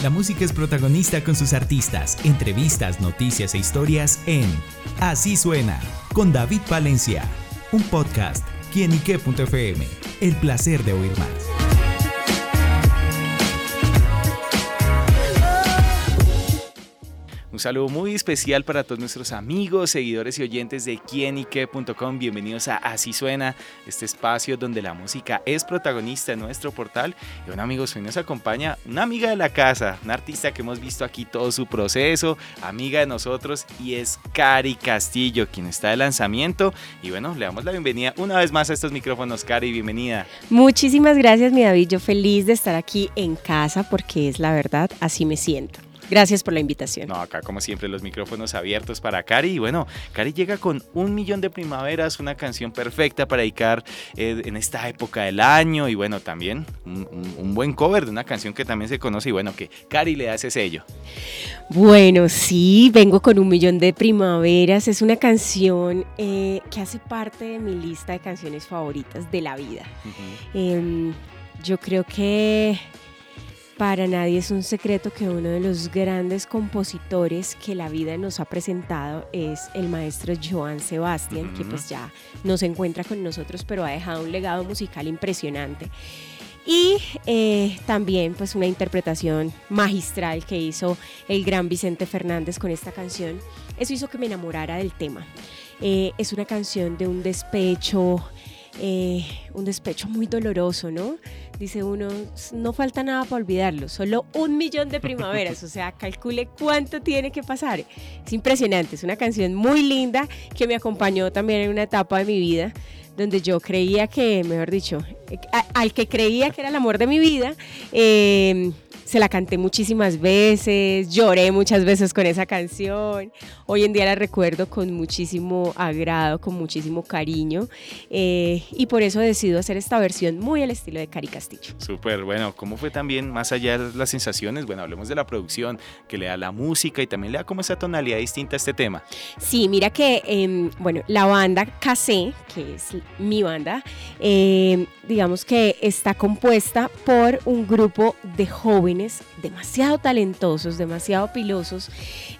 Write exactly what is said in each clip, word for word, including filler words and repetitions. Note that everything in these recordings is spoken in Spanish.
La música es protagonista con sus artistas, entrevistas, noticias e historias en Así Suena, con David Valencia, un podcast, quienique punto efe eme, el placer de oír más. Un saludo muy especial para todos nuestros amigos, seguidores y oyentes de quienique punto com. Bienvenidos a Así Suena, este espacio donde la música es protagonista en nuestro portal. Y bueno, amigos, hoy nos acompaña una amiga de la casa, una artista que hemos visto aquí todo su proceso, amiga de nosotros, y es Cari Castillo, quien está de lanzamiento. Y bueno, le damos la bienvenida una vez más a estos micrófonos. Cari, bienvenida. Muchísimas gracias, mi David. Yo feliz de estar aquí en casa porque es la verdad, así me siento. Gracias por la invitación. No, acá como siempre los micrófonos abiertos para Cari. Y bueno, Cari llega con Un Millón de Primaveras, una canción perfecta para dedicar eh, en esta época del año. Y bueno, también un, un, un buen cover de una canción que también se conoce y bueno, que Cari le da ese sello. Bueno, sí, vengo con Un Millón de Primaveras. Es una canción eh, que hace parte de mi lista de canciones favoritas de la vida. Uh-huh. eh, yo creo que... Para nadie es un secreto que uno de los grandes compositores que la vida nos ha presentado es el maestro Johann Sebastian, uh-huh. que pues ya no se encuentra con nosotros, pero ha dejado un legado musical impresionante. Y eh, también pues una interpretación magistral que hizo el gran Vicente Fernández con esta canción. Eso hizo que me enamorara del tema. Eh, es una canción de un despecho, eh, un despecho muy doloroso, ¿no? Dice uno, no falta nada para olvidarlo, solo un millón de primaveras, o sea, calcule cuánto tiene que pasar. Es impresionante, es una canción muy linda que me acompañó también en una etapa de mi vida donde yo creía que, mejor dicho, a, al que creía que era el amor de mi vida, eh, se la canté muchísimas veces, lloré muchas veces con esa canción. Hoy en día la recuerdo con muchísimo agrado, con muchísimo cariño, eh, y por eso decido hacer esta versión muy al estilo de Cari Castillo. Súper, bueno, ¿cómo fue también, más allá de las sensaciones? Bueno, hablemos de la producción, que le da la música y también le da como esa tonalidad distinta a este tema. Sí, mira que, eh, bueno, la banda Casé, que es mi banda, eh, digamos que está compuesta por un grupo de jóvenes demasiado talentosos, demasiado pilosos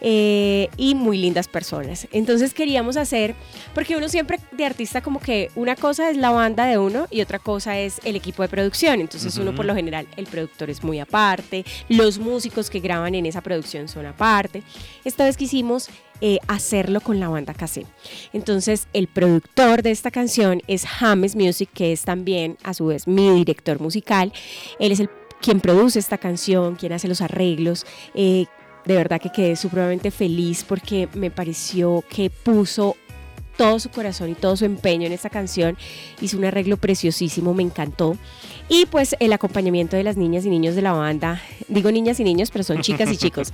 eh, y muy lindas personas. Entonces queríamos hacer, porque uno siempre de artista como que una cosa es la banda de uno y otra cosa es el equipo de producción. Entonces uh-huh. uno por lo general, el productor es muy aparte, los músicos que graban en esa producción son aparte. Esta vez quisimos Eh, hacerlo con la banda Casé. Entonces el productor de esta canción es James Music, que es también a su vez mi director musical. Él es el quien produce esta canción, quien hace los arreglos. Eh, de verdad que quedé supremamente feliz porque me pareció que puso todo su corazón y todo su empeño en esta canción. Hizo un arreglo preciosísimo, me encantó. Y pues el acompañamiento de las niñas y niños de la banda, digo niñas y niños, pero son chicas y chicos,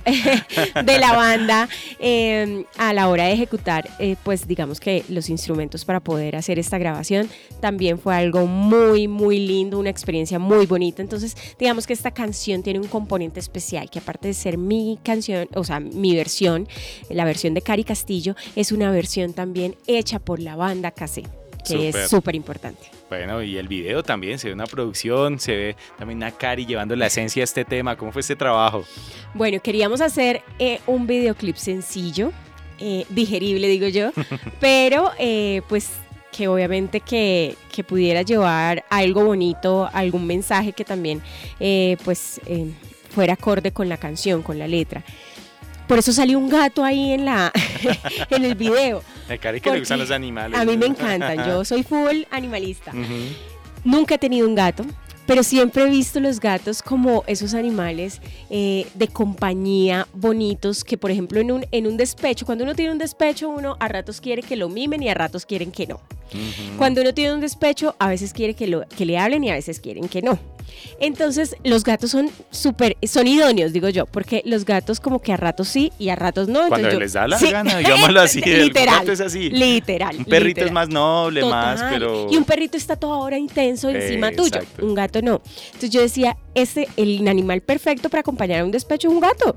de la banda eh, a la hora de ejecutar, eh, pues digamos que los instrumentos para poder hacer esta grabación también fue algo muy, muy lindo, una experiencia muy bonita. Entonces, digamos que esta canción tiene un componente especial, que aparte de ser mi canción, o sea, mi versión, la versión de Cari Castillo, es una versión también hecha por la banda Casé, que Super. Es súper importante. Bueno, y el video también, se ve una producción, se ve también a Cari llevando la esencia a este tema. ¿Cómo fue este trabajo? Bueno, queríamos hacer eh, un videoclip sencillo, eh, digerible digo yo, pero eh, pues que obviamente que, que pudiera llevar algo bonito, algún mensaje que también eh, pues eh, fuera acorde con la canción, con la letra. Por eso salió un gato ahí en la en el video. A Cari que le gustan los animales. A mí me encantan, yo soy full animalista. Uh-huh. Nunca he tenido un gato, pero siempre he visto los gatos como esos animales eh, de compañía bonitos que, por ejemplo, en un, en un despecho, cuando uno tiene un despecho, uno a ratos quiere que lo mimen y a ratos quieren que no. Uh-huh. Cuando uno tiene un despecho, a veces quiere que, lo, que le hablen y a veces quieren que no. Entonces los gatos son súper, son idóneos, digo yo, porque los gatos como que a ratos sí y a ratos no. Cuando yo, les da la sí. gana, digámoslo así, literal, el gato es así. Literal. Un perrito literal. es más noble, Total. más, pero... Y un perrito está toda hora intenso encima eh, tuyo, un gato no. Entonces yo decía, ese, el animal perfecto para acompañar a un despecho es un gato.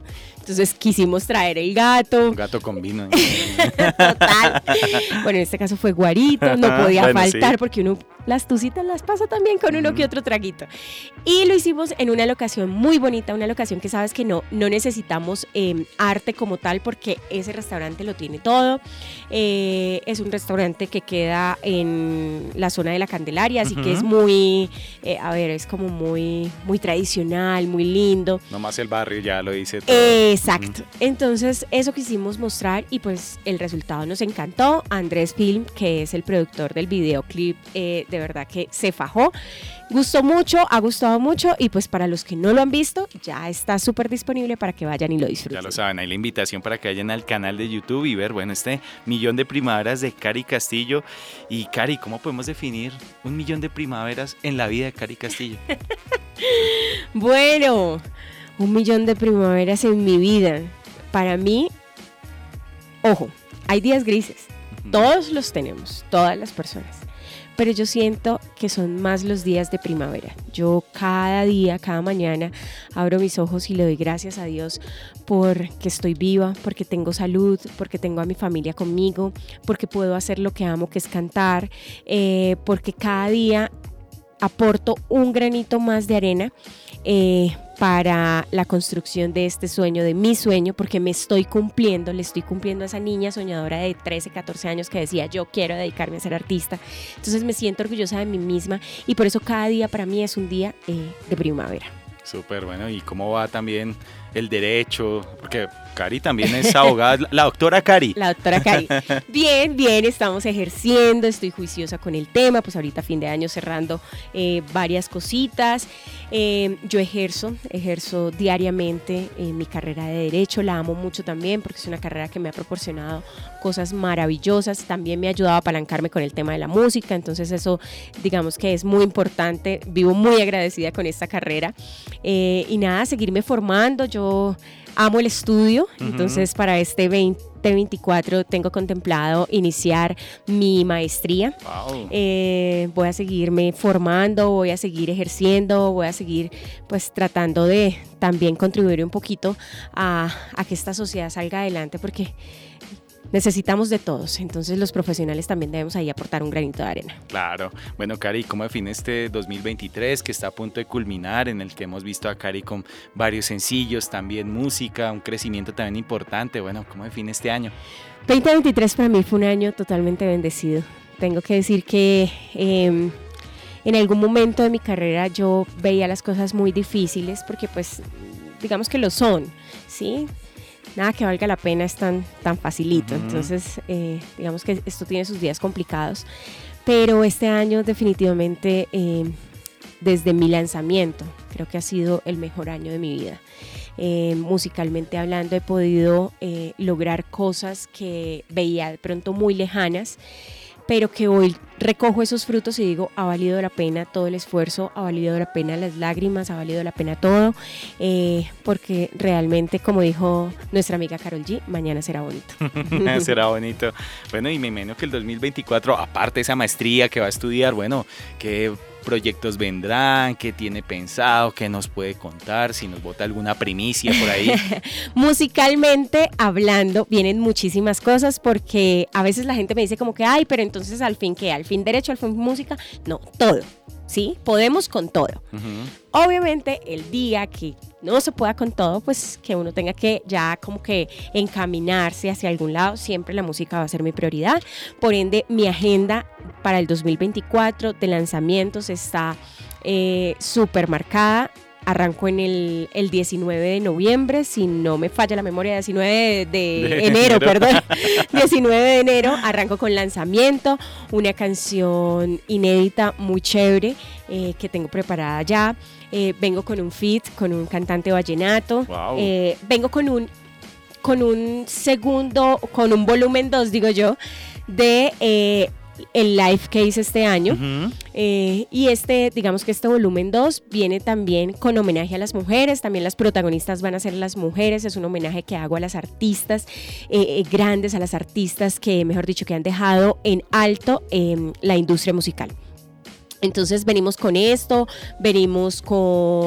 Entonces quisimos traer el gato. Un gato con vino. Total. Bueno, en este caso fue guarito, no podía bueno, faltar sí. porque uno las tucitas las pasa también con uno que otro traguito. Y lo hicimos en una locación muy bonita, una locación que sabes que no, no necesitamos eh, arte como tal porque ese restaurante lo tiene todo. Eh, es un restaurante que queda en la zona de la Candelaria, así uh-huh. que es muy, eh, a ver, es como muy, muy tradicional, muy lindo. Nomás el barrio ya lo dice todo. Exacto. Uh-huh. Entonces, eso quisimos mostrar y pues el resultado nos encantó. Andrés Film, que es el productor del videoclip, eh, de verdad que se fajó. Gustó mucho, ha gustado mucho y pues para los que no lo han visto, ya está súper disponible para que vayan y lo disfruten. Ya lo saben, hay la invitación para que vayan al canal de YouTube y ver, bueno, este millón de primaveras de Cari Castillo. Y Cari, ¿cómo podemos definir un millón de primaveras en la vida de Cari Castillo? Bueno, un millón de primaveras en mi vida. Para mí, ojo, hay días grises. Uh-huh. Todos los tenemos, todas las personas. Pero yo siento que son más los días de primavera. Yo cada día, cada mañana abro mis ojos y le doy gracias a Dios porque estoy viva, porque tengo salud, porque tengo a mi familia conmigo, porque puedo hacer lo que amo, que es cantar, eh, porque cada día aporto un granito más de arena eh, para la construcción de este sueño, de mi sueño, porque me estoy cumpliendo, le estoy cumpliendo a esa niña soñadora de trece, catorce años que decía yo quiero dedicarme a ser artista. Entonces me siento orgullosa de mí misma y por eso cada día para mí es un día eh, de primavera. Súper, bueno, ¿y cómo va también el derecho? Porque Cari también es abogada, la doctora Cari. La doctora Cari. Bien, bien, estamos ejerciendo, estoy juiciosa con el tema, pues ahorita fin de año cerrando eh, varias cositas. Eh, yo ejerzo, ejerzo diariamente eh, mi carrera de Derecho, la amo mucho también porque es una carrera que me ha proporcionado cosas maravillosas, también me ha ayudado a apalancarme con el tema de la música, entonces eso digamos que es muy importante, vivo muy agradecida con esta carrera eh, y nada, seguirme formando, yo amo el estudio, uh-huh. entonces para este veinte veinticuatro tengo contemplado iniciar mi maestría. Wow. Eh, voy a seguirme formando, voy a seguir ejerciendo, voy a seguir pues tratando de también contribuir un poquito a, a que esta sociedad salga adelante porque necesitamos de todos, entonces los profesionales también debemos ahí aportar un granito de arena. Claro. Bueno, Cari, ¿cómo define este dos mil veintitrés que está a punto de culminar, en el que hemos visto a Cari con varios sencillos, también música, un crecimiento también importante? Bueno, ¿cómo define este año? veinte veintitrés para mí fue un año totalmente bendecido. Tengo que decir que eh, en algún momento de mi carrera yo veía las cosas muy difíciles porque pues digamos que lo son, ¿sí? Nada que valga la pena es tan, tan facilito, uh-huh. entonces eh, digamos que esto tiene sus días complicados, pero este año definitivamente eh, desde mi lanzamiento creo que ha sido el mejor año de mi vida. Eh, musicalmente hablando he podido eh, lograr cosas que veía de pronto muy lejanas, pero que hoy recojo esos frutos y digo, ha valido la pena todo el esfuerzo, ha valido la pena las lágrimas, ha valido la pena todo, eh, porque realmente, como dijo nuestra amiga Karol G, mañana será bonito. Será bonito. Bueno, y me imagino que el dos mil veinticuatro, aparte de esa maestría que va a estudiar, bueno, ¿qué proyectos vendrán? ¿Qué tiene pensado? ¿Qué nos puede contar? Si nos bota alguna primicia por ahí. Musicalmente hablando, vienen muchísimas cosas porque a veces la gente me dice como que, ay, pero entonces al fin, ¿qué? ¿Al fin derecho, al fin música? No, todo, ¿sí? Podemos con todo. Uh-huh. Obviamente, el día que no se pueda con todo, pues que uno tenga que ya como que encaminarse hacia algún lado, siempre la música va a ser mi prioridad. Por ende, mi agenda para el dos mil veinticuatro de lanzamientos está eh, súper marcada. Arranco en el, el diecinueve de noviembre, si no me falla la memoria, diecinueve de, de, de enero, enero, perdón, diecinueve de enero, arranco con lanzamiento, una canción inédita muy chévere eh, que tengo preparada ya, eh, vengo con un feat, con un cantante vallenato, wow. eh, vengo con un, con un segundo, con un volumen dos, digo yo, de... Eh, el live que hice este año uh-huh. eh, y este, digamos que este volumen dos viene también con homenaje a las mujeres, también las protagonistas van a ser las mujeres, es un homenaje que hago a las artistas eh, grandes, a las artistas que, mejor dicho, que han dejado en alto eh, la industria musical. Entonces venimos con esto, venimos con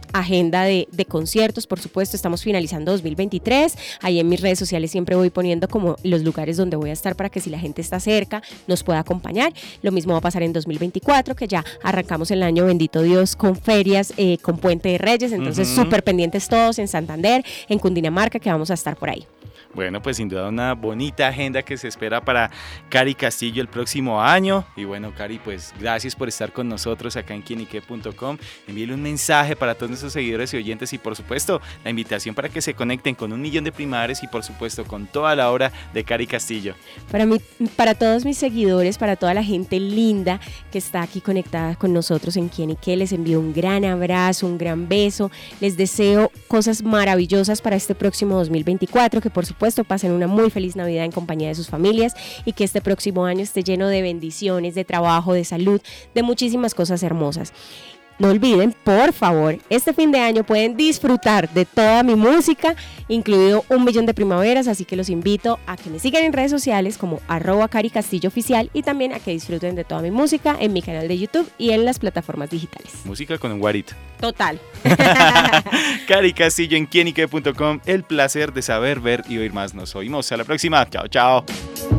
agenda de, de conciertos, por supuesto, estamos finalizando dos mil veintitrés, ahí en mis redes sociales siempre voy poniendo como los lugares donde voy a estar para que si la gente está cerca nos pueda acompañar. Lo mismo va a pasar en dos mil veinticuatro, que ya arrancamos el año, bendito Dios, con ferias, eh, con Puente de Reyes, entonces súper uh-huh. pendientes todos en Santander, en Cundinamarca, que vamos a estar por ahí. Bueno, pues sin duda una bonita agenda que se espera para Cari Castillo el próximo año. Y bueno, Cari, pues gracias por estar con nosotros acá en quién y qué punto com. Envíele un mensaje para todos nuestros seguidores y oyentes y por supuesto la invitación para que se conecten con un millón de primares y por supuesto con toda la obra de Cari Castillo. Para mí, para todos mis seguidores, para toda la gente linda que está aquí conectada con nosotros en Quién y Qué, les envío un gran abrazo, un gran beso. Les deseo cosas maravillosas para este próximo dos mil veinticuatro, que por supuesto Puesto, pasen una muy feliz Navidad en compañía de sus familias y que este próximo año esté lleno de bendiciones, de trabajo, de salud, de muchísimas cosas hermosas. No olviden, por favor, este fin de año pueden disfrutar de toda mi música, incluido Un Millón de Primaveras, así que los invito a que me sigan en redes sociales como arroba Cari Castillo Oficial y también a que disfruten de toda mi música en mi canal de YouTube y en las plataformas digitales. Música con un guarito. Total. Cari Castillo en quién y qué punto com, el placer de saber, ver y oír más. Nos oímos, a la próxima. Chao, chao.